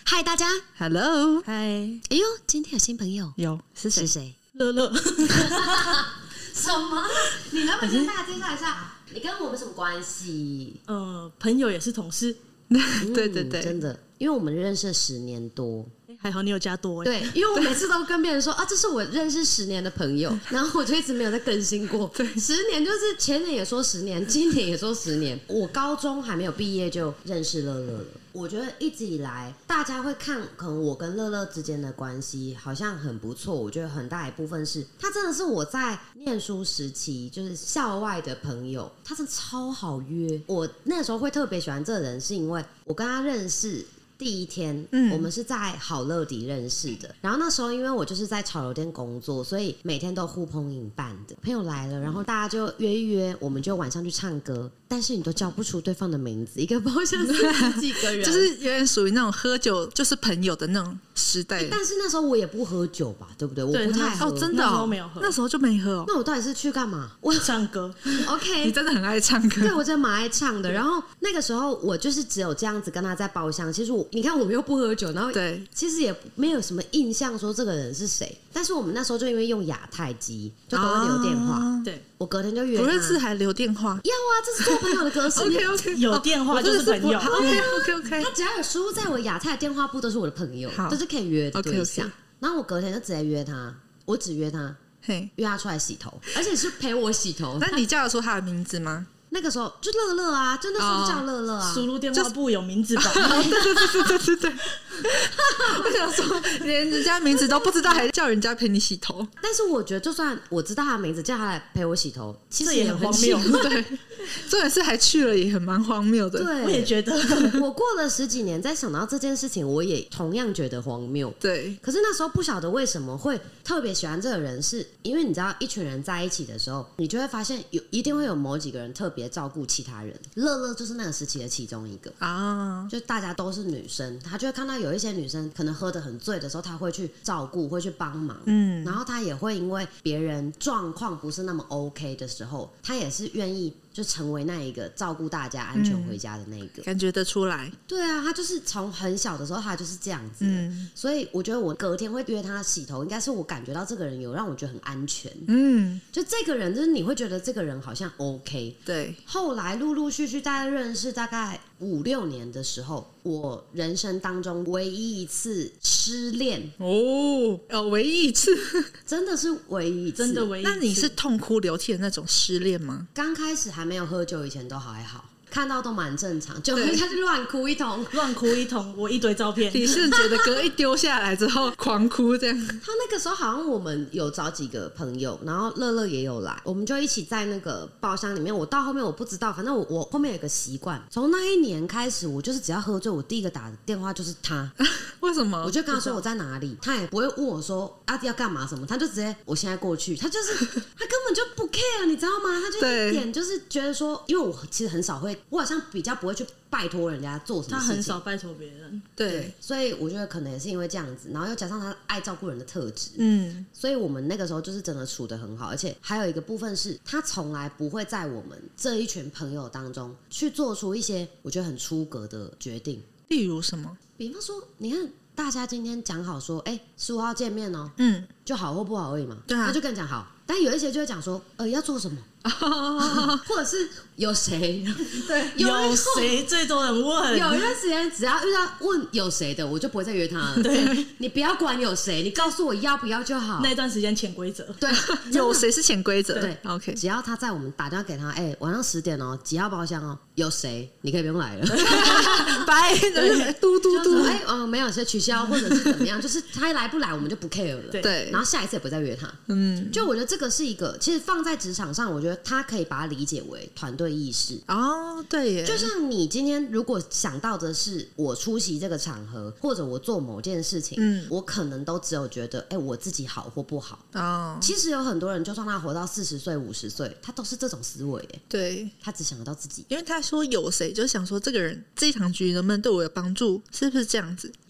嗨，大家 ，Hello， 嗨， 哎呦，今天有新朋友， 有是谁？ 是谁？ 乐乐， 什么？你能不能跟大家介绍一下，你跟我们什么关系？ 朋友也是同事， 对对对， 真的，因为我们认识10年多。 还好你有加多。 对，因为我每次都跟别人说啊，这是我认识10年的朋友，然后我就一直没有再更新过。对，10年就是前年也说10年，今年也说10年。我高中还没有毕业就认识乐乐了。我觉得一直以来，大家会看可能我跟乐乐之间的关系好像很不错。我觉得很大一部分是他真的是我在念书时期就是校外的朋友，他真的超好约。我那时候会特别喜欢这个人，是因为我跟他认识第一天，我们是在好乐迪认识的。然后那时候因为我就是在潮流店工作，所以每天都呼朋引伴的。朋友来了，然后大家就约一约，我们就晚上去唱歌。但是你都叫不出对方的名字，一个包厢40几个人， 就是有点属于那种喝酒就是朋友的那种时代。 但是那时候我也不喝酒吧，对不对？我不太喝。 哦，真的那时候没有喝， 那时候就没喝哦。 那我到底是去干嘛？我唱歌。 OK， 你真的很爱唱歌。 对，我真的蛮爱唱的。然后那个时候我就是只有这样子跟他在包厢。其实你看我们又不喝酒，然后对， 其实也没有什么印象说这个人是谁。但是我们那时候就因为用亚太机，就都会留电话。 对， 我隔天就约他。 不认识还留电话？ 要啊，这是做朋友的格式。 OK， 有电话就是朋友。 OK， 他只要有输入在我亚太的电话簿，都是我的朋友，都是可以约的对象。然后我隔天就直接约他，我只约他，约他出来洗头，而且是陪我洗头。 那你叫得出他的名字吗？ 那个时候就乐乐啊，就那时候叫乐乐啊。 输入电话簿有名字吧？ 对。我想说，连人家名字都不知道，还叫人家陪你洗头。 但是我觉得，就算我知道他的名字，叫他来陪我洗头，其实也很荒谬。 对，重点是还去了，也很蛮荒谬的。 对， 我也觉得。 我过了10几年，再想到这件事情，我也同样觉得荒谬。 对。 可是那时候不晓得为什么会特别喜欢这个人，是因为你知道，一群人在一起的时候，你就会发现一定会有某几个人特别照顾其他人。乐乐就是那个时期的其中一个啊，就大家都是女生，他就会看到有一些女生可能喝得很醉的时候，他会去照顾，会去帮忙，然后他也会因为别人状况不是那么 OK 的时候，他也是愿意就成为那一个照顾大家安全回家的那一个， 感觉得出来。 对啊，他就是从很小的时候他就是这样子所以我觉得我隔天会约他洗头，应该是我感觉到这个人有让我觉得很安全。就这个人就是你会觉得这个人好像 OK。 对， 后来陆陆续续大概认识大概5、6年的时候，我人生当中唯一一次失恋唯一一次， 真的是唯一一次， 真的唯一一次。 那你是痛哭流涕的那种失恋吗？ 刚开始还没有喝酒以前都还好，看到都蛮正常，就人家就乱哭一通， 我一堆照片。 李圣杰的歌一丢下来之后狂哭这样。 他那个时候好像我们有找几个朋友，然后乐乐也有来，我们就一起在那个包厢里面。我到后面我不知道，反正我后面有个习惯，从那一年开始，我就是只要喝醉，我第一个打的电话就是他。 为什么？ 我就跟他说我在哪里，他也不会问我说要干嘛什么，他就直接我现在过去。他就是他根本就不 care， 你知道吗？他就一点就是觉得说，因为我其实很少会，我好像比较不会去拜托人家做什么事情， 他很少拜托别人。 对， 所以我觉得可能也是因为这样子，然后又加上他爱照顾人的特质，所以我们那个时候就是真的处得很好。而且还有一个部分是，他从来不会在我们这一群朋友当中去做出一些我觉得很出格的决定。 例如什么？ 比方说，你看大家今天讲好说，15号见面哦，就好或不好而已嘛， 对啊， 他就跟你讲好。但有一些就会讲说，要做什么，或者是有谁，对， 有谁最多人问。 有一段时间，只要遇到问有谁的，我就不会再约他了。 对， 你不要管有谁，你告诉我要不要就好。 那段时间潜规则， 对， 有谁是潜规则？ 对 ，OK， 只要他在我们打电话给他，晚上10点哦，几号包厢哦，有谁，你可以不用来了， 拜，嘟嘟嘟， 没有，谁取消或者是怎么样，就是他来不来我们就不 care 了。 对， 然后下一次也不会再约他。就我觉得这个是一个，其实放在职场上，我觉得他可以把它理解为团队意识。 对耶， 就像你今天如果想到的是我出席这个场合，或者我做某件事情，我可能都只有觉得，我自己好或不好。其实有很多人，就算他活到40岁、50岁，他都是这种思维。 对， 他只想得到自己。 因为他说有谁，就想说这个人这一场局能不能对我有帮助，是不是这样子？ 也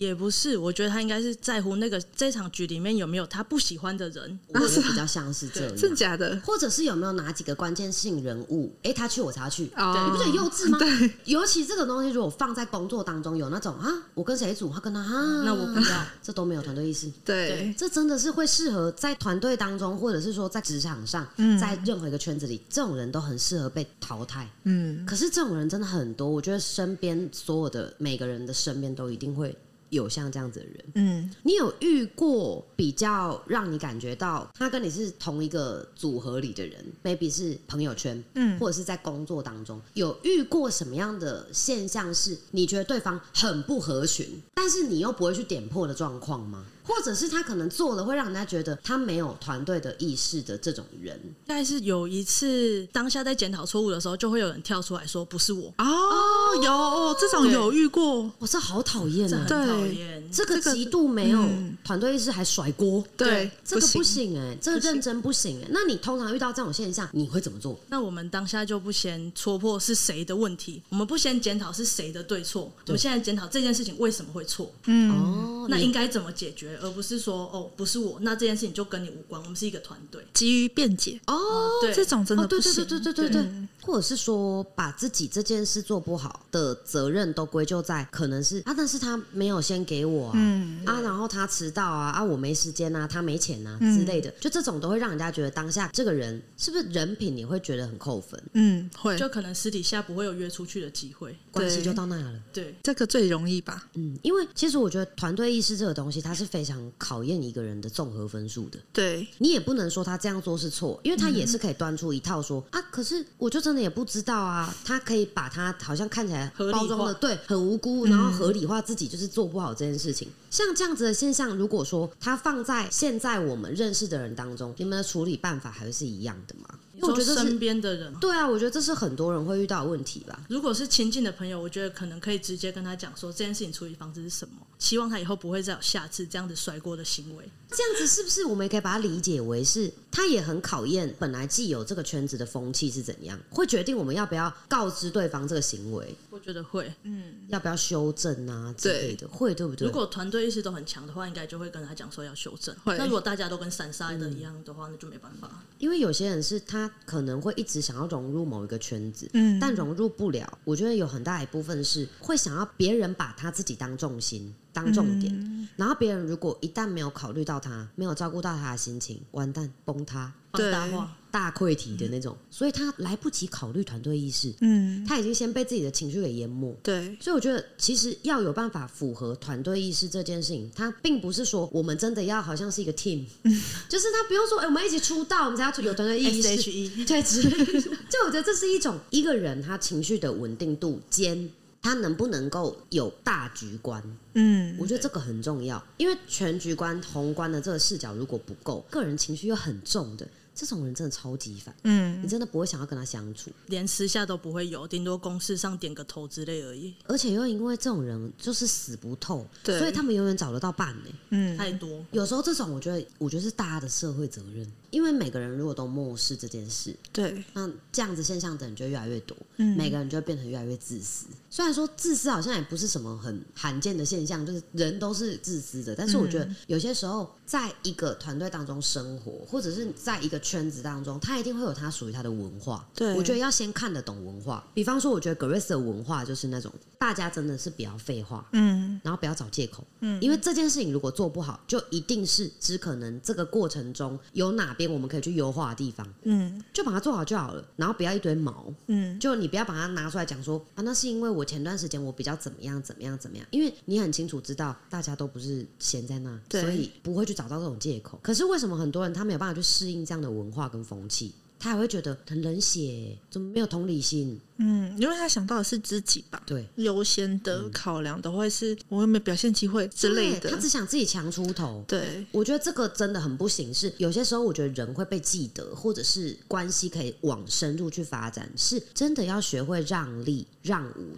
也不是，我觉得他应该是在乎这场局里面有没有他不喜欢的人。 我觉得比较像是这样， 真的假的？ 或者是有没有哪几个关键性人物，他去我才要去， 哦你不觉得很幼稚吗？ 对， 尤其这个东西如果放在工作当中，有那种我跟谁组，他跟他那我不要， 这都没有团队意识。 对， 这真的是会适合在团队当中，或者是说在职场上，在任何一个圈子里，这种人都很适合被淘汰。可是这种人真的很多，我觉得身边所有的每个人的身边都一定会有像这样子的人。你有遇过比较让你感觉到他跟你是同一个组合里的人 ，maybe 是朋友圈，或者是在工作当中，有遇过什么样的现象是你觉得对方很不合群，但是你又不会去点破的状况吗？或者是他可能做了会让人家觉得他没有团队的意识的这种人？ 但是有一次当下在检讨错误的时候，就会有人跳出来说不是我。 有这种有遇过， 我这好讨厌啊！ 这很讨厌， 这个极度没有团队意识还甩锅， 对， 这个不行这个认真不行那你通常遇到这种现象，你会怎么做？ 那我们当下就不先戳破是谁的问题，我们不先检讨是谁的对错，我们现在检讨这件事情为什么会错，那应该怎么解决，而不是说不是我，那这件事情就跟你无关，我们是一个团队， 急于辩解对， 这种真的不行， 对，或者是说把自己这件事做不好的责任都归咎在可能是但是他没有先给我然后他迟到我没时间他没钱之类的，就这种都会让人家觉得当下这个人是不是人品你会觉得很扣分， 会就可能私底下不会有约出去的机会， 关系就到那了。 对， 这个最容易吧？ 因为其实我觉得团队意识这个东西，它是非常考验一个人的综合分数的。 对， 你也不能说他这样做是错，因为他也是可以端出一套说可是我就真的也不知道他可以把他好像看起来包装的对很无辜，然后合理化自己就是做不好这件事情。像这样子的现象，如果说他放在现在我们认识的人当中，你们的处理办法还会是一样的吗？因为我觉得身边的人， 对我觉得这是很多人会遇到的问题吧。 如果是亲近的朋友，我觉得可能可以直接跟他讲说这件事情处理方式是什么，希望他以后不会再有下次这样子甩锅的行为。 这样子是不是我们也可以把它理解为是他也很考验本来既有这个圈子的风气是怎样，会决定我们要不要告知对方这个行为？ 我觉得会， 要不要修正之类的，会对不对？ 如果团队意识都很强的话，应该就会跟他讲说要修正。那如果大家都跟散沙的一样的话，那就没办法。 因为有些人是他可能会一直想要融入某一个圈子，但融入不了。我觉得有很大一部分是会想要别人把他自己当重心。当重点，然后别人如果一旦没有考虑到他，没有照顾到他的心情，完蛋崩塌，大溃堤的那种，所以他来不及考虑团队意识，他已经先被自己的情绪给淹没。 对， 所以我觉得其实要有办法符合团队意识这件事情，它并不是说我们真的要好像是一个 team，就是他不用说我们一起出道，我们才要有团队意识 ，SHE 对之类的。就我觉得这是一种一个人他情绪的稳定度兼他能不能够有大局观，我觉得这个很重要，因为全局观宏观的这个视角如果不够，个人情绪又很重的这种人真的超级烦，你真的不会想要跟他相处， 连私下都不会有，顶多公事上点个头之类而已。 而且又因为这种人就是死不透，所以他们永远找得到伴太多。 有时候这种我觉得是大家的社会责任，因为每个人如果都漠视这件事， 对， 那这样子现象的人就会越来越多，每个人就会变成越来越自私。虽然说自私好像也不是什么很罕见的现象，就是人都是自私的，但是我觉得有些时候在一个团队当中生活，或者是在一个圈子当中，他一定会有他属于他的文化。 对， 我觉得要先看得懂文化。比方说，我觉得 Grace 的文化就是那种大家真的是不要废话，然后不要找借口，因为这件事情如果做不好，就一定是只可能这个过程中有哪边我们可以去优化的地方，就把它做好就好了，然后不要一堆毛，就你不要把它拿出来讲说那是因为我前段时间我比较怎么样，因为你很清楚知道大家都不是闲在那，所以不会去找到这种借口。可是为什么很多人他没有办法去适应这样的文化跟风气？他还会觉得很冷血，怎么没有同理心？ 因为他想到的是自己吧， 对， 优先的考量都会是我有没有表现机会之类的， 他只想自己强出头。 对， 我觉得这个真的很不行。是有些时候，我觉得人会被记得，或者是关系可以往深入去发展，是真的要学会让利、让舞台。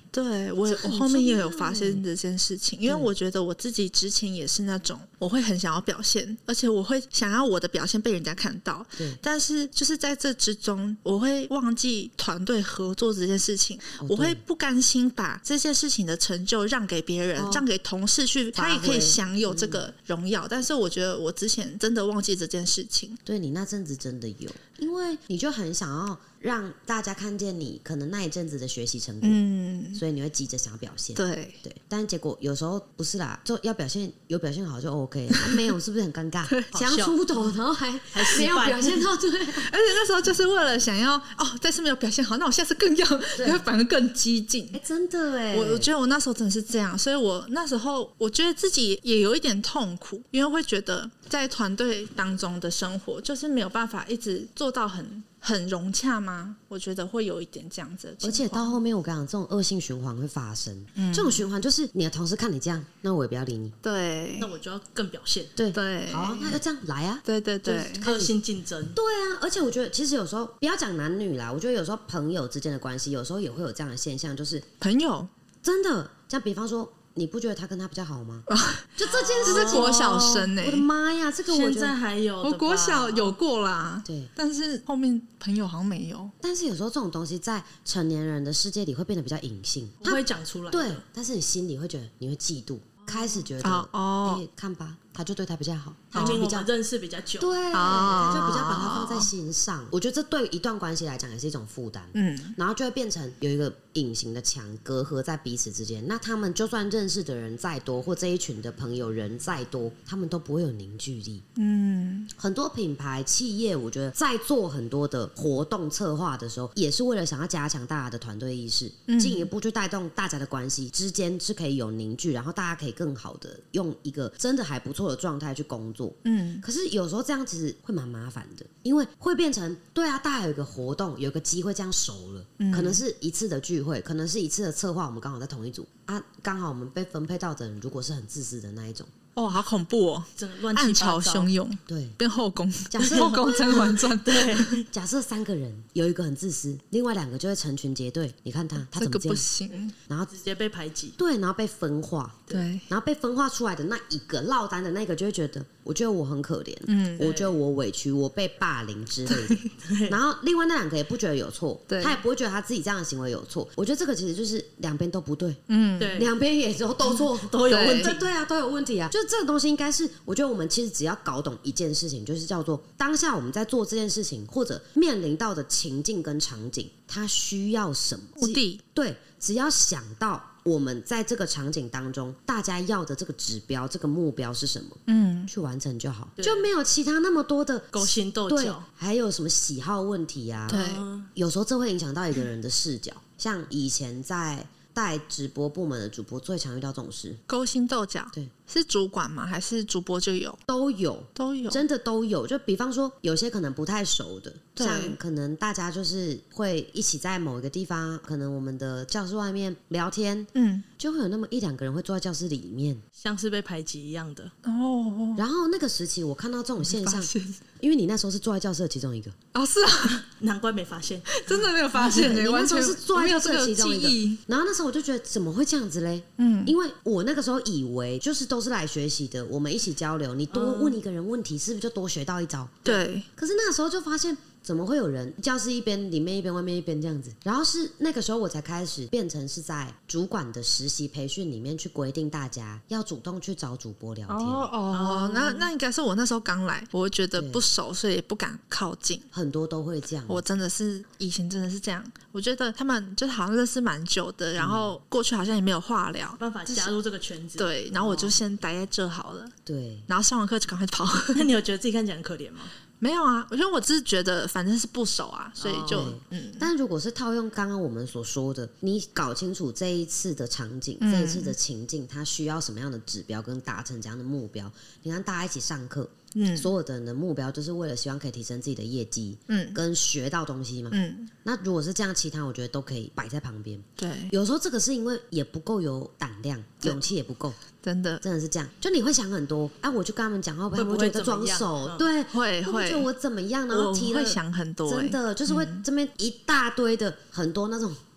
对我后面也有发现这件事情，因为我觉得我自己之前也是那种我会很想要表现，而且我会想要我的表现被人家看到，但是就是在这之中我会忘记团队合作这件事情，我会不甘心把这件事情的成就让给别人，让给同事去，他也可以享有这个荣耀，但是我觉得我之前真的忘记这件事情。 对，你那阵子真的有，因为你就很想要让大家看见你可能那一阵子的学习成果，所以你会急着想要表现。 对， 但结果有时候不是啦，就要表现，有表现好就 OK， 没有是不是很尴尬？想要出头，然后还没有表现到，对。而且那时候就是为了想要这次没有表现好，那我下次更要，会反而更激进。 真的哎， 我觉得我那时候真的是这样，所以我那时候我觉得自己也有一点痛苦，因为会觉得在团队当中的生活就是没有办法一直做到很融洽吗？我觉得会有一点这样子的情况， 而且到后面我跟你讲，这种恶性循环会发生。这种循环就是你的同事看你这样，那我也不要理你。 对， 那我就要更表现。 对， 好，那就这样来啊。 对， 恶性竞争。 对啊，而且我觉得其实有时候不要讲男女啦，我觉得有时候朋友之间的关系，有时候也会有这样的现象，就是朋友真的，像比方说。你不觉得他跟他比较好吗？就这件事， 这是国小生我的妈呀，这个现在还有的吧， 我国小有过啦， 对， 但是后面朋友好像没有。 但是有时候这种东西在成年人的世界里会变得比较隐性， 不会讲出来。 对，但是你心里会觉得你会嫉妒，开始觉得看吧，他就对他比较好， 他就比较认识比较久， 对，他就比较把他放在心上。我觉得这对一段关系来讲也是一种负担，然后就会变成有一个隐形的墙隔阂在彼此之间。那他们就算认识的人再多，或这一群的朋友人再多，他们都不会有凝聚力。很多品牌企业，我觉得在做很多的活动策划的时候，也是为了想要加强大家的团队意识，进一步去带动大家的关系之间是可以有凝聚，然后大家可以更好的用一个真的还不错的状态去工作。可是有时候这样其实会蛮麻烦的，因为会变成对啊，大家有一个活动，有一个机会这样熟了，可能是一次的聚会，可能是一次的策划，我们刚好在同一组啊，刚好我们被分配到的人如果是很自私的那一种。 好恐怖哦！暗潮汹涌， 对， 变后宫， 假设后宫甄嬛传， 对，假设3个人有一个很自私，另外2个就会成群结队。你看他怎么这样？ 这个不行， 然后直接被排挤， 对，然后被分化， 对， 然后被分化出来的那一个落单的那个就会觉得，我觉得我很可怜，我觉得我委屈，我被霸凌之类的。然后另外那2个也不觉得有错，他也不会觉得他自己这样的行为有错。我觉得这个其实就是两边都不对， 对， 两边也都错， 都有问题， 对啊，都有问题啊。就这个东西应该是，我觉得我们其实只要搞懂一件事情，就是叫做当下我们在做这件事情或者面临到的情境跟场景，它需要什么目的？ 对，只要想到我们在这个场景当中大家要的这个指标、这个目标是什么，去完成就好，就没有其他那么多的勾心斗角， 还有什么喜好问题啊？ 对， 有时候这会影响到一个人的视角。像以前在带直播部门的主播最常遇到这种事， 勾心斗角。 对， 是主管吗？还是主播就有？ 都有，真的都有。就比方说，有些可能不太熟的，像可能大家就是会一起在某一个地方，可能我们的教室外面聊天，就会有那么1-2个人会坐在教室里面， 像是被排挤一样的。 然后那个时期，我看到这种现象，因为你那时候是坐在教室的其中一个。 是啊， 难怪没发现， 真的没有发现。 你那时候是坐在教室的其中一个， 然后那时候我就觉得怎么会这样子嘞？因为我那个时候以为就是都是来学习的，我们一起交流，你多问一个人问题，是不是就多学到一招？ 对。 可是那个时候就发现，怎么会有人教室一边里面一边外面一边这样子？然后是那个时候我才开始变成是在主管的实习培训里面去规定大家要主动去找主播聊天。 那应该是我那时候刚来，我会觉得不熟，所以也不敢靠近。 很多都会这样。 我真的是以前真的是这样，我觉得他们就好像认识蛮久的，然后过去好像也没有话聊， 办法加入这个圈子。 对，然后我就先待在这好了。 对， 然后上完课就赶快跑。 那你有觉得自己看起来很可怜吗？ 没有啊，因为我只是觉得反正是不熟啊，所以就但如果是套用刚刚我们所说的，你搞清楚这一次的场景、这一次的情境，它需要什么样的指标跟达成怎样的目标。你看大家一起上课，所有的人的目标就是为了希望可以提升自己的业绩，跟学到东西嘛。那如果是这样，其他我觉得都可以摆在旁边。 对， 有时候这个是因为也不够有胆量，勇气也不够。真的是这样，就你会想很多，我就跟他们讲话，会不会觉得装熟？对，会觉得我怎么样？然后提了会想很多， 真的就是会这边一大堆的很多那种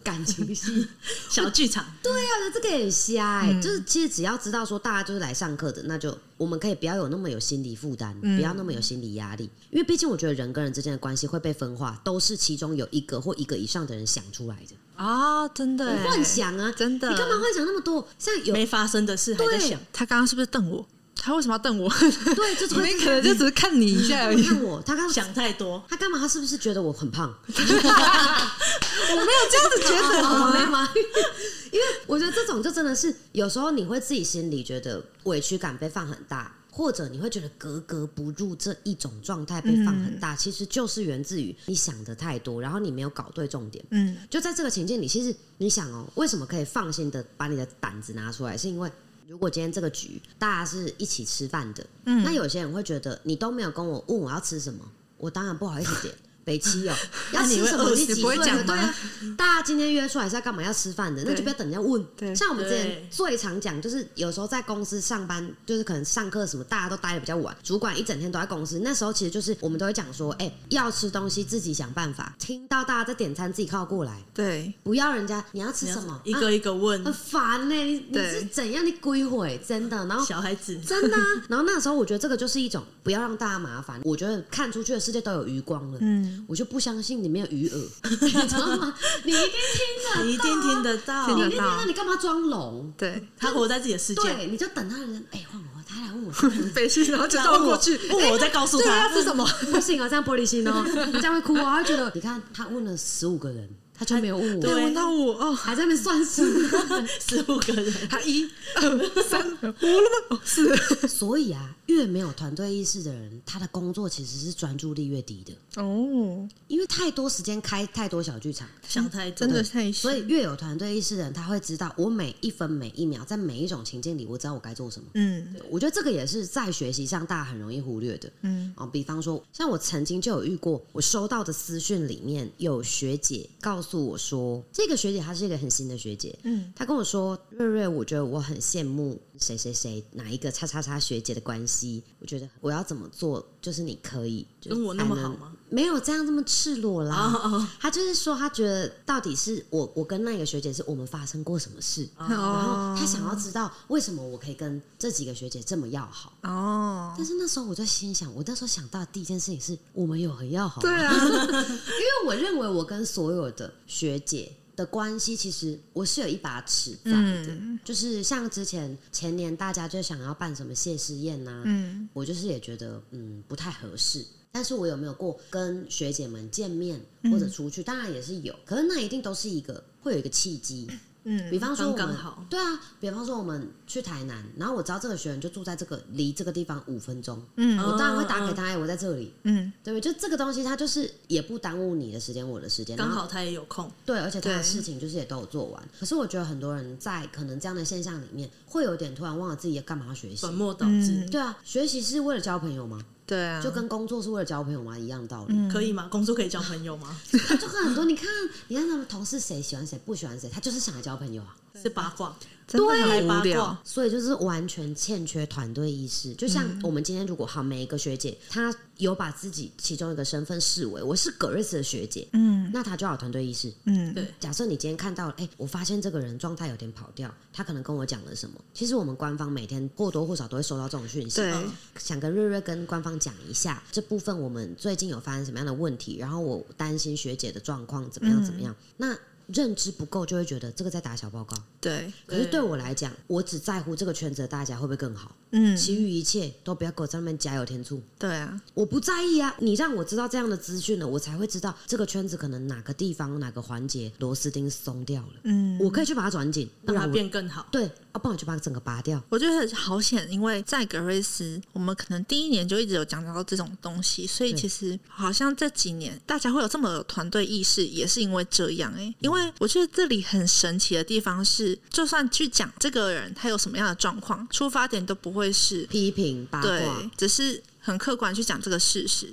感情戏小剧场。 对啊，这个也很瞎就是其实只要知道说大家就是来上课的，那就我们可以不要有那么有心理负担，不要那么有心理压力，因为毕竟我觉得人跟人之间的关系会被分化，都是其中有一个或一个以上的人想出来的啊，真的幻想啊， 真的， 你干嘛幻想那么多？像有没发生的事还在想， 他刚刚是不是瞪我？他为什么要瞪我？ 对，就是你可能就只是看你一下而已。 看我，他刚想太多。 他干嘛？他是不是觉得我很胖？ 我没有这样子觉得，好吗？因为我觉得这种就真的是有时候你会自己心里觉得委屈感被放很大，或者你会觉得格格不入这一种状态被放很大，其实就是源自于你想的太多，然后你没有搞对重点。就在这个情境里，其实你想为什么可以放心的把你的胆子拿出来，是因为如果今天这个局大家是一起吃饭的，那有些人会觉得你都没有跟我问我要吃什么，我当然不好意思点。北七要吃什么？你几岁了？对啊，大家今天约出来是要干嘛？要吃饭的，那就不要等人家问。像我们之前最常讲，就是有时候在公司上班，就是可能上课什么，大家都待得比较晚，主管一整天都在公司，那时候其实就是我们都会讲说，要吃东西自己想办法，听到大家在点餐自己靠过来， 对， 不要人家你要吃什么， 一个一个问， 很烦呢。你是怎样？你归回真的，然后小孩子真的然后那时候我觉得这个就是一种不要让大家麻烦，我觉得看出去的世界都有余光了，我就不相信你没有余额，你知道吗？你一定听得到， 你一定听得到， 你一定听得到，你干嘛装聋？ 对， 他活在自己的世界， 对，你就等他人，换我，他来问我， 北西，然后就倒过去， 问我再告诉他要吃什么， 不行这样玻璃心这样会哭他会觉得，你看他问了15个人。他就没有问我， 对，问到我还在那边算数 ，15个人， 他1、2、3、5了吗？4。 所以越没有团队意识的人，他的工作其实是专注力越低的因为太多时间开太多小剧场， 想太多， 真的太所以越有团队意识的人，他会知道我每一分每一秒，在每一种情境里，我知道我该做什么。我觉得这个也是在学习上大家很容易忽略的。比方说，像我曾经就有遇过，我收到的私讯里面有学姐告诉我说，这个学姐她是一个很新的学姐，她跟我说，瑞瑞，我觉得我很羡慕谁谁谁哪一个叉叉叉学姐的关系，我觉得我要怎么做，就是你可以跟我那么好吗？ 没有这样这么赤裸啦。她就是说，她觉得到底是我跟那个学姐是我们发生过什么事，然后她想要知道为什么我可以跟这几个学姐这么要好。但是那时候我就心想，我那时候想到的第一件事情是我们有很要好吗？ 对啊， 因为我认为我跟所有的学姐的关系，其实我是有一把尺在的，就是像前年大家就想要办什么谢师宴我就是也觉得不太合适。但是我有没有过跟学姐们见面或者出去，当然也是有，可是那一定都是会有一个契机。比方说我们刚好对啊，比方说我们去台南，然后我知道这个学员就住在离这个地方5分钟，我当然会打给他，我在这里，对不对？就这个东西，它就是也不耽误你的时间，我的时间， 刚好他也有空， 对，而且他的事情就是也都有做完。可是我觉得很多人在可能这样的现象里面，会有点突然忘了自己干嘛要学习， 本末倒置。 对啊，学习是为了交朋友吗？ 对啊， 就跟工作是为了交朋友吗？一样的道理。 可以吗？工作可以交朋友吗？ 就很多，你看他们同事谁喜欢谁不喜欢谁，他就是想来交朋友啊， 是八卦。 对， 八卦， 所以就是完全欠缺团队意识。就像我们今天如果每一个学姐她有把自己其中一个身份视为我是葛瑞斯的学姐，那她就要有团队意识。 对。 假设你今天看到我发现这个人状态有点跑掉，他可能跟我讲了什么。其实我们官方每天或多或少都会收到这种讯息，想跟瑞瑞跟官方讲一下这部分我们最近有发生什么样的问题，然后我担心学姐的状况怎么样怎么样。那认知不够，就会觉得这个在打小报告。 对， 可是对我来讲，我只在乎这个圈子的大家会不会更好，其余一切都不要给我在那边加油添醋。 对啊， 我不在意啊，你让我知道这样的资讯了，我才会知道这个圈子可能哪个地方哪个环节螺丝钉松掉了，我可以去把它转紧， 让它变更好。 对，不然我就把它整个拔掉。 我觉得好险，因为在格瑞斯，我们可能第1年就一直有讲到这种东西，所以其实好像这几年大家会有这么有团队意识，也是因为这样因为我觉得这里很神奇的地方是，就算去讲这个人他有什么样的状况，出发点都不会是批评八卦， 对，只是很客观去讲这个事实。 对，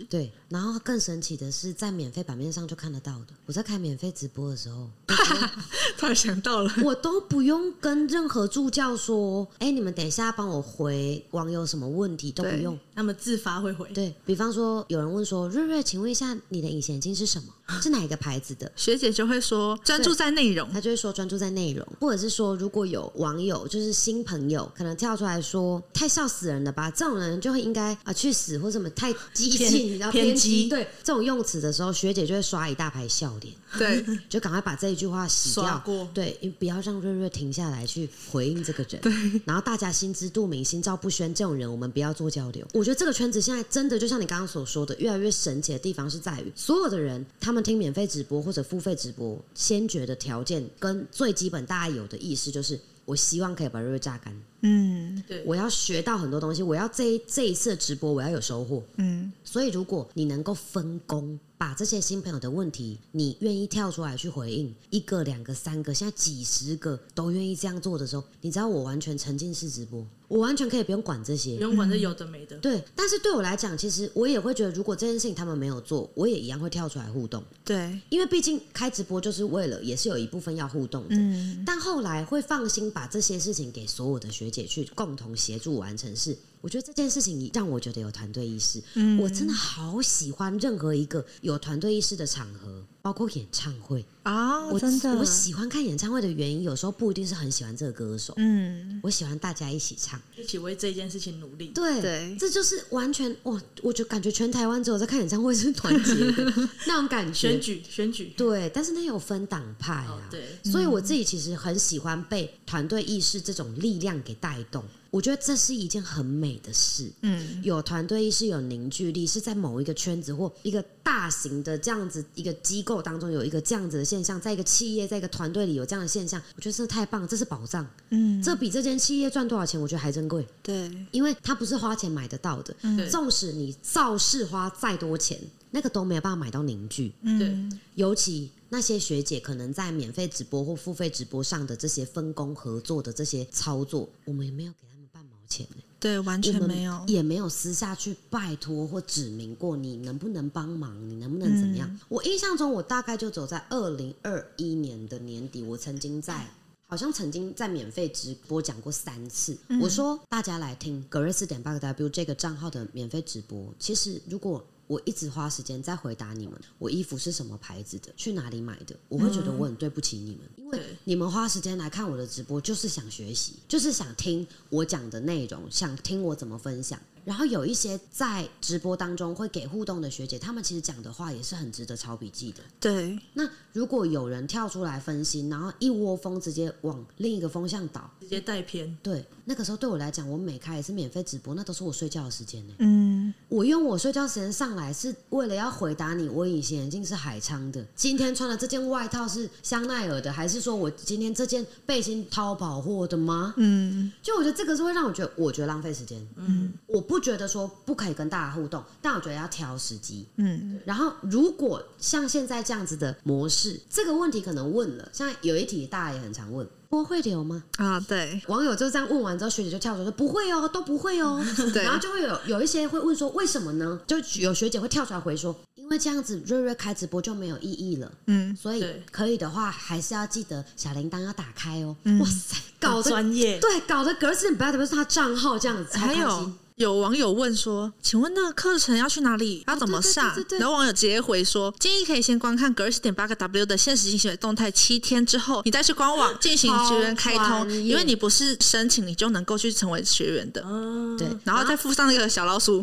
然后更神奇的是在免费版面上就看得到的。我在开免费直播的时候突然想到了， 我都不用跟任何助教说你们等一下帮我回网友什么问题，都不用， 他们自发会回。 对，比方说有人问说瑞瑞请问一下你的隐形眼镜是什么，是哪一个牌子的， 学姐就会说专注在内容， 她就会说专注在内容。或者是说如果有网友就是新朋友可能跳出来说太笑死人了吧，这种人就会应该去死或什么太激进然后偏激，对这种用词的时候，学姐就会刷一大排笑脸， 对， 就赶快把这一句话洗掉， 刷过， 对，不要让瑞瑞停下来去回应这个人， 对， 然后大家心知肚明心照不宣，这种人我们不要做交流。我觉得这个圈子现在真的就像你刚刚所说的，越来越神奇的地方是在于所有的人他们听免费直播或者付费直播，先决的条件跟最基本大家有的意识就是我希望可以把瑞瑞榨干， 对， 我要学到很多东西，我要这一次的直播我要有收获，所以如果你能够分工，把这些新朋友的问题你愿意跳出来去回应，1个2个3个现在几十个都愿意这样做的时候，你知道我完全沉浸式直播，我完全可以不用管这些， 不用管这有的没的， 对。但是对我来讲，其实我也会觉得如果这件事情他们没有做，我也一样会跳出来互动， 对， 因为毕竟开直播就是为了也是有一部分要互动的，但后来会放心把这些事情给所有的学姐去共同协助完成，是我觉得这件事情让我觉得有团队意识，我真的好喜欢任何一个有团队意识的场合，包括演唱会啊，真的， 我喜欢看演唱会的原因有时候不一定是很喜欢这个歌手，我喜欢大家一起唱， 一起为这件事情努力， 对，这就是完全我就感觉全台湾只有在看演唱会是团结的那种感觉， 选举， 对，但是那有分党派啊， 对， 所以我自己其实很喜欢被团队意识这种力量给带动，我觉得这是一件很美的事，有团队意识，有凝聚力，是在某一个圈子或一个大型的这样子一个机构当中有一个这样子的现象，在一个企业在一个团队里有这样的现象，我觉得真的太棒了，这是宝藏，这比这间企业赚多少钱我觉得还珍贵， 对， 因为它不是花钱买得到的，纵使你造势花再多钱，那个都没有办法买到凝聚， 对， 尤其那些学姐可能在免费直播或付费直播上的这些分工合作的这些操作，我们也没有给他们半毛钱， 对，完全没有， 也没有私下去拜托或指明过你能不能帮忙，你能不能怎么样。我印象中我大概就走在2021年的年底，我好像曾经在免费直播讲过3次，我说大家来听格瑞斯.8w 这个账号的免费直播，其实如果我一直花时间在回答你们我衣服是什么牌子的，去哪里买的，我会觉得我很对不起你们，因为你们花时间来看我的直播就是想学习，就是想听我讲的内容，想听我怎么分享。然后有一些在直播当中会给互动的学姐，他们其实讲的话也是很值得抄笔记的。 对， 那如果有人跳出来分析，然后一窝蜂直接往另一个风向倒， 直接带偏， 对，那个时候对我来讲，我每开也是免费直播，那都是我睡觉的时间呢。我用我睡觉时间上来是为了要回答你，我隐形眼镜是海昌的，今天穿的这件外套是香奈儿的，还是说我今天这件背心淘宝货的吗？就我觉得这个是会让我觉得浪费时间。我不觉得说不可以跟大家互动，但我觉得要挑时机。然后如果像现在这样子的模式，这个问题可能问了，像有一题大家也很常问，波会流吗？ 啊，对， 网友就这样问完之后，学姐就跳出来说不会哦，都不会哦。然后就会有一些会问说为什么呢？就有学姐会跳出来回说，因为这样子瑞瑞开直播就没有意义了。所以可以的话，还是要记得小铃铛要打开哦。哇塞，搞得专业， 对，搞得格式不是他账号这样子，超开心。 有网友问说，请问那个课程要去哪里，要怎么上？然后网友直接回说，建议可以先观看格式.8w 的限时进行动态，7天之后你再去官网进行学员开通，因为你不是申请你就能够去成为学员的。对，然后再附上那个小老鼠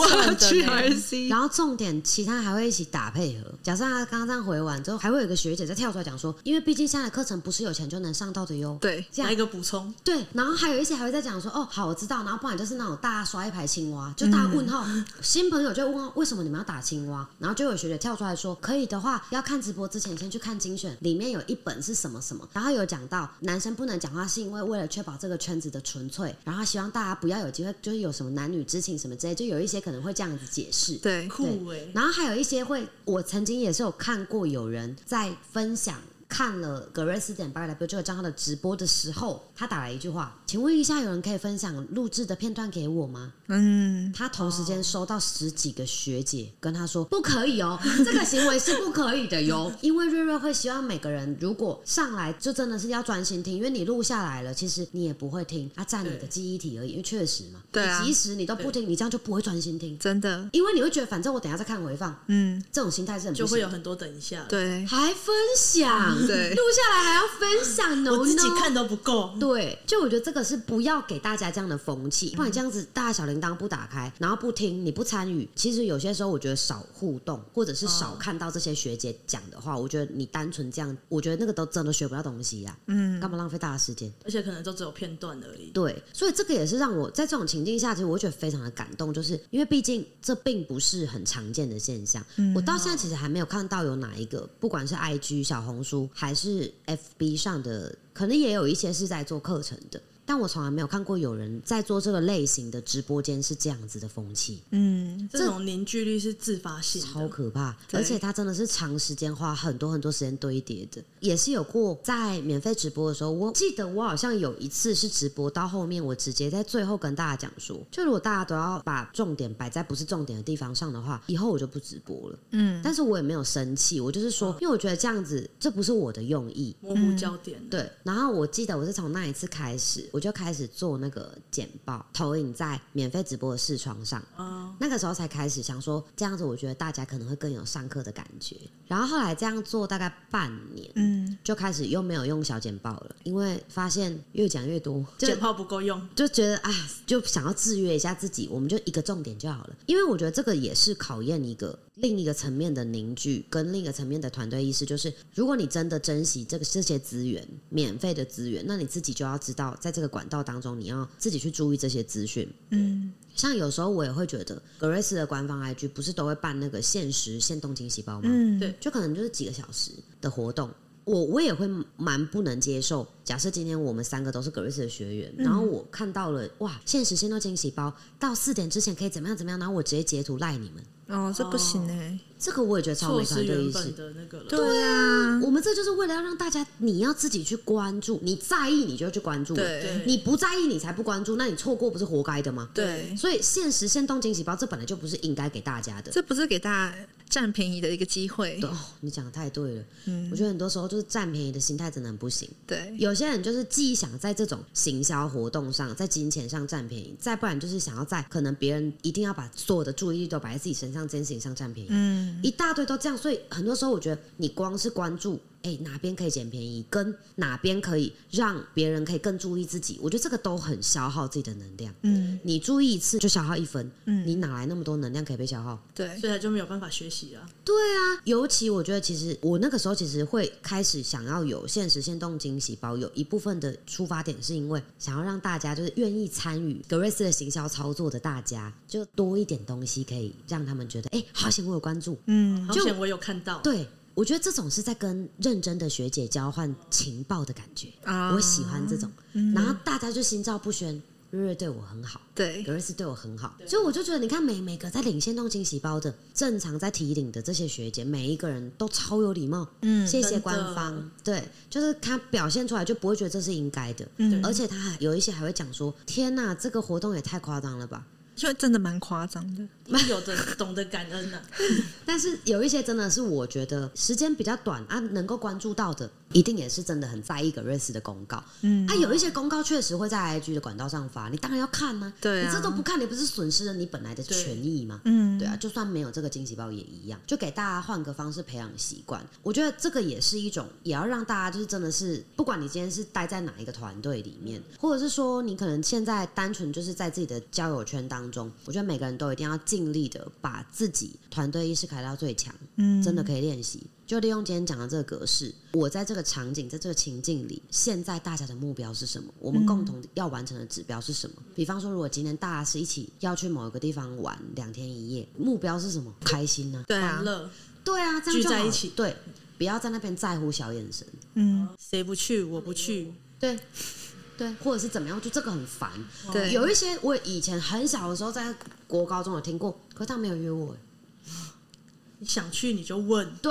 .52GRC， 然后重点其他还会一起打配合。假设他刚刚这样回完之后，还会有一个学姐再跳出来讲说，因为毕竟现在的课程不是有钱就能上到的哟。 对， 来一个补充。 对，然后还有一些还会再讲说，哦，好，我知道。然后不然就是那种大家刷一排青蛙，就大家问号，新朋友就会问号，为什么你们要打青蛙？然后就有学姐跳出来说，可以的话，要看直播之前先去看精选，里面有一本是什么什么，然后有讲到男生不能讲话是因为了确保这个圈子的纯粹，然后希望大家不要有机会就是有什么男女之情什么之类，就有一些可能会这样子解释。 对， 酷耶。 然后还有一些会，我曾经也是有看过有人在分享看了格瑞斯点8W 这个账号的直播的时候，他打来一句话：“请问一下，有人可以分享录制的片段给我吗？”他同时间收到10几个学姐跟他说：“不可以哦，这个行为是不可以的哟。”因为瑞瑞会希望每个人如果上来就真的是要专心听，因为你录下来了，其实你也不会听，占你的记忆体而已。因为确实嘛， 对啊， 即使你都不听，你这样就不会专心听， 真的。 因为你会觉得反正我等一下再看回放，这种心态是很不行的， 就会有很多等一下， 对， 还分享，对，录下来还要分享呢， 我自己看都不够。 对，就我觉得这个是不要给大家这样的风气，不然这样子大小铃铛不打开，然后不听，你不参与，其实有些时候我觉得少互动，或者是少看到这些学姐讲的话，我觉得你单纯这样，我觉得那个都真的学不到东西呀，干嘛浪费大家时间？ 而且可能都只有片段而已。 对，所以这个也是让我在这种情境下，其实我觉得非常的感动，就是因为毕竟这并不是很常见的现象。我到现在其实还没有看到有哪一个，不管是 IG、小红书还是 FB 上的，可能也有一些是在做课程的。但我从来没有看过有人在做这个类型的直播间是这样子的风气， 这种凝聚力是自发性的， 超可怕，而且它真的是长时间花很多很多时间堆叠的。也是有过在免费直播的时候，我记得我好像有一次是直播到后面，我直接在最后跟大家讲说，就如果大家都要把重点摆在不是重点的地方上的话，以后我就不直播了。但是我也没有生气，我就是说，因为我觉得这样子这不是我的用意， 模糊焦点。 对，然后我记得我是从那一次开始，我就开始做那个简报投影在免费直播的视窗上，那个时候才开始想说，这样子我觉得大家可能会更有上课的感觉。然后后来这样做大概半年，就开始又没有用小简报了，因为发现越讲越多， 简报不够用， 就觉得就想要制约一下自己，我们就一个重点就好了。因为我觉得这个也是考验另一个层面的凝聚，跟另一个层面的团队意识，就是如果你真的珍惜这些资源，免费的资源，那你自己就要知道，在这个管道当中，你要自己去注意这些资讯。像有时候我也会觉得，格瑞斯的官方 IG 不是都会办那个限时限动惊喜包吗？ 对， 就可能就是几个小时的活动。我也会蛮不能接受，假设今天我们3个都是格瑞斯的学员，然后我看到了哇，限时限动惊喜包到4点之前可以怎么样怎么样，然后我直接截图赖你们。 这不行这个我也觉得超没团队意识。 对啊， 我们这就是为了要让大家，你要自己去关注，你在意你就去关注，你不在意你才不关注，那你错过不是活该的吗？ 对， 所以限时限动惊喜包，这本来就不是应该给大家的， 这不是给大家占便宜的一个机会。 你讲的太对了。我觉得很多时候就是占便宜的心态真的很不行。 对， 有些人就是既想在这种行销活动上，在金钱上占便宜，再不然就是想要在可能别人一定要把所有的注意力都摆在自己身上这件事情上占便宜，一大堆都这样。所以很多时候我觉得你光是关注哪边可以捡便宜，跟哪边可以让别人可以更注意自己，我觉得这个都很消耗自己的能量。你注意一次就消耗1分，你哪来那么多能量可以被消耗？ 对，所以他就没有办法学习啊。 对啊，尤其我觉得其实我那个时候其实会开始想要有限时限动惊喜包，有一部分的出发点是因为想要让大家就是愿意参与格瑞斯的行销操作的大家，就多一点东西可以让他们觉得好险我有关注， 好险我有看到。 对，我觉得这种是在跟认真的学姐交换情报的感觉，我喜欢这种。然后大家就心照不宣，瑞瑞对我很好， 对， 格瑞斯对我很好，所以我就觉得，你看每个在领限动惊喜包的，正常在提领的这些学姐，每一个人都超有礼貌，谢谢官方，对，就是他表现出来就不会觉得这是应该的，而且他有一些还会讲说，天哪，这个活动也太夸张了吧。 因为真的蛮夸张的， 有的懂得感恩啊。 但是有一些真的是我觉得时间比较短能够关注到的，一定也是真的很在意格瑞斯的公告。有一些公告确实会在 IG 的管道上发，你当然要看吗？ 对啊， 你这都不看，你不是损失了你本来的权益吗？对啊，就算没有这个惊喜包也一样，就给大家换个方式培养习惯。我觉得这个也是一种，也要让大家就是真的是，不管你今天是待在哪一个团队里面，或者是说你可能现在单纯就是在自己的交友圈当中，我觉得每个人都一定要尽力的把自己团队意识开到最强，真的可以练习。就利用今天讲的这个格式，我在这个场景，在这个情境里，现在大家的目标是什么？我们共同要完成的指标是什么？比方说，如果今天大家是一起要去某一个地方玩2天1夜，目标是什么？开心啊， 对啊， 欢乐， 对啊，这样就好， 聚在一起， 对，不要在那边在乎小眼神， 谁不去我不去， 对。对，或者是怎么样，就这个很烦。 对， 有一些我以前很小的时候在国高中有听过，可是他没有约我。 你想去你就问， 对，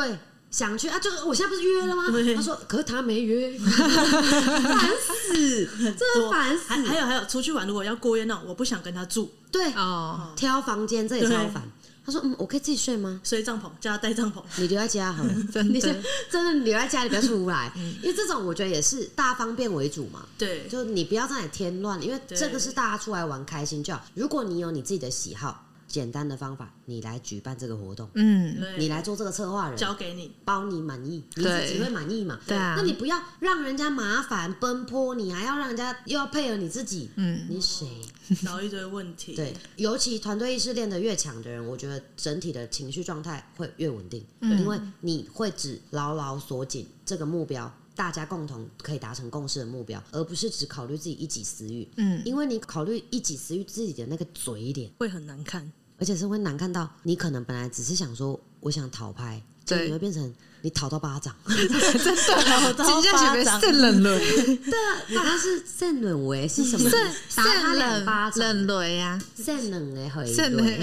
想去啊，就是我现在不是约了吗？他说，可是他没约，烦死，真的烦死。 还有出去玩，如果要过夜那种，我不想跟他住。 对哦，挑房间这也超烦。他说：“我可以自己睡吗？ 睡帐篷，叫他带帐篷。 你留在家好了，真的留在家里，不要出来。因为这种我觉得也是大方便为主嘛。 对， 就你不要在那里添乱，因为这个是大家出来玩开心就好。如果你有你自己的喜好。”简单的方法，你来举办这个活动，你来做这个策划人， 交给你， 包你满意，你自己会满意嘛？ 对啊， 那你不要让人家麻烦奔波，你还要让人家又要配合你自己，你谁？ 找一堆问题。 对，尤其团队意识练得越强的人，我觉得整体的情绪状态会越稳定，因为你会只牢牢锁紧这个目标。大家共同可以达成共识的目标，而不是只考虑自己一己私欲。因为你考虑一己私欲，自己的那个嘴脸会很难看， 而且是会难看到你可能本来只是想说我想讨拍，对，你会变成你讨到巴掌， 真的讨到巴掌，圣人了。 对，他是圣人为是什么？打他两巴掌， 冷雷呀， 圣人的回圣人，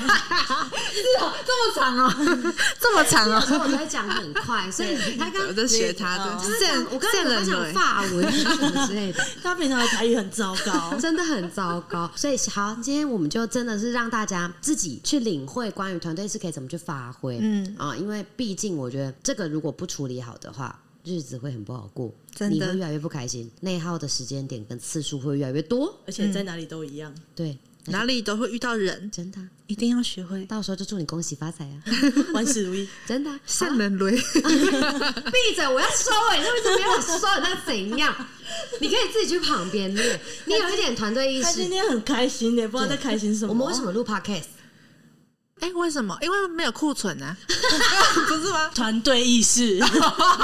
这么长哦，这么长哦。 我在讲很快，所以他刚我在学他的。 我刚才在讲法文什么之类的， 他平常的台语很糟糕， 真的很糟糕。所以好，今天我们就真的是让大家自己去领会关于团队是可以怎么去发挥，因为毕竟我觉得这个如果不处理好的话，日子会很不好过，你会越来越不开心，内耗的时间点跟次数会越来越多， 而且在哪里都一样。 对， 哪里都会遇到人， 真的一定要学会。 到时候就祝你恭喜发财啊！ 万事如意， 真的。 圣人雷， 闭嘴！我要收尾，你为什么没有收？那怎样？你可以自己去旁边练，你有一点团队意识。 他今天很开心耶，不知道在开心什么。 我们为什么录 podcast？ 为什么？因为没有库存啊，不是吗？ 团队意识，真的。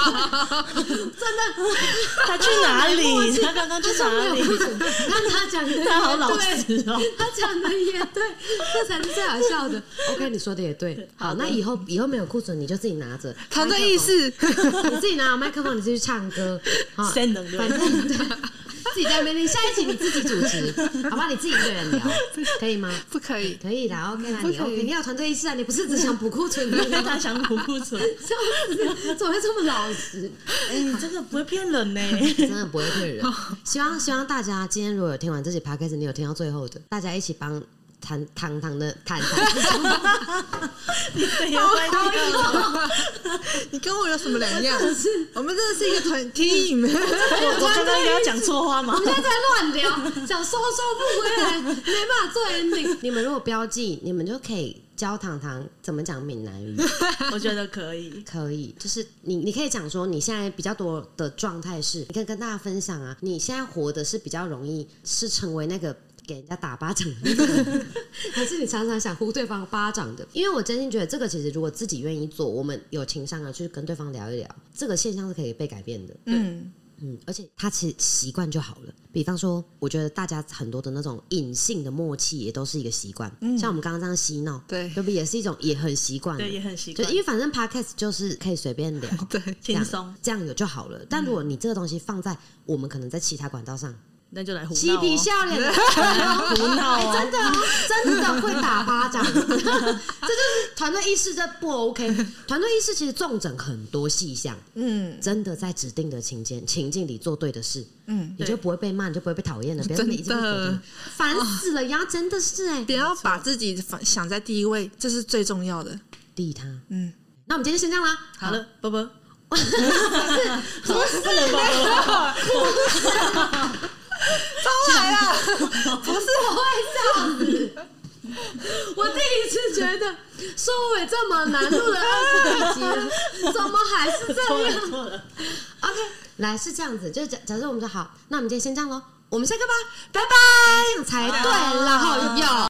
他去哪里？他刚刚去哪里？ 他讲的他好老实哦， 他讲的也对，这才是最好笑的。OK， 你说的也对。好，那以后没有库存，你就自己拿着团队意识， 你自己拿麦克风，你自己去唱歌。 圣人对， 反正对。自己在那边，你下一集你自己主持，好吧？你自己一个人聊，可以吗？ 不可以， 可以啦 ，OK 啦，你 OK， 你要团队意识啊，你不是只想补库存的， 他想补库存， 怎么会这么老实？ 你真的不会骗人呢， 真的不会骗人。希望大家今天如果有听完这集 podcast， 你有听到最后的，大家一起帮堂的谈你跟我有什么两样？我们真的是一个团 team。 我刚刚应该要讲错话吗？ 我们现在在乱聊，讲收不回来，没办法做 ending。你们如果标记，你们就可以教堂怎么讲闽南语。 我觉得可以， 就是你可以讲说，你现在比较多的状态是，你可以跟大家分享啊，你现在活的是比较容易是成为那个。给人家打巴掌的那个人，还是你常常想呼对方巴掌的？因为我真心觉得这个其实如果自己愿意做，我们有情商的去跟对方聊一聊，这个现象是可以被改变的。而且他其实习惯就好了。比方说，我觉得大家很多的那种隐性的默契也都是一个习惯。像我们刚刚这样嬉闹， 对， 对不也是一种也很习惯， 对，也很习惯。 就因为反正 podcast 就是可以随便聊， 对， 轻松， 这样有就好了。但如果你这个东西放在我们可能在其他管道上。 那就来胡闹， 嬉皮笑脸的胡闹， 真的会打巴掌，这就是团队意识，这不 OK。团队意识其实重整很多细项，真的在指定的情境里做对的事，你就不会被骂，你就不会被讨厌的，不要一直烦死了呀！真的是不要把自己想在第一位，这是最重要的。 第一他，那我们今天就先这样啦。 好了，啵啵， 不是重来啦！ 不是我会这样子，我第一次觉得收尾这么难，录了20几集了，怎么还是这样？ 错了 OK， 来是这样子，就假设我们说好，那我们今天先这样咯，我们下课吧，拜拜，这样才对啦，有。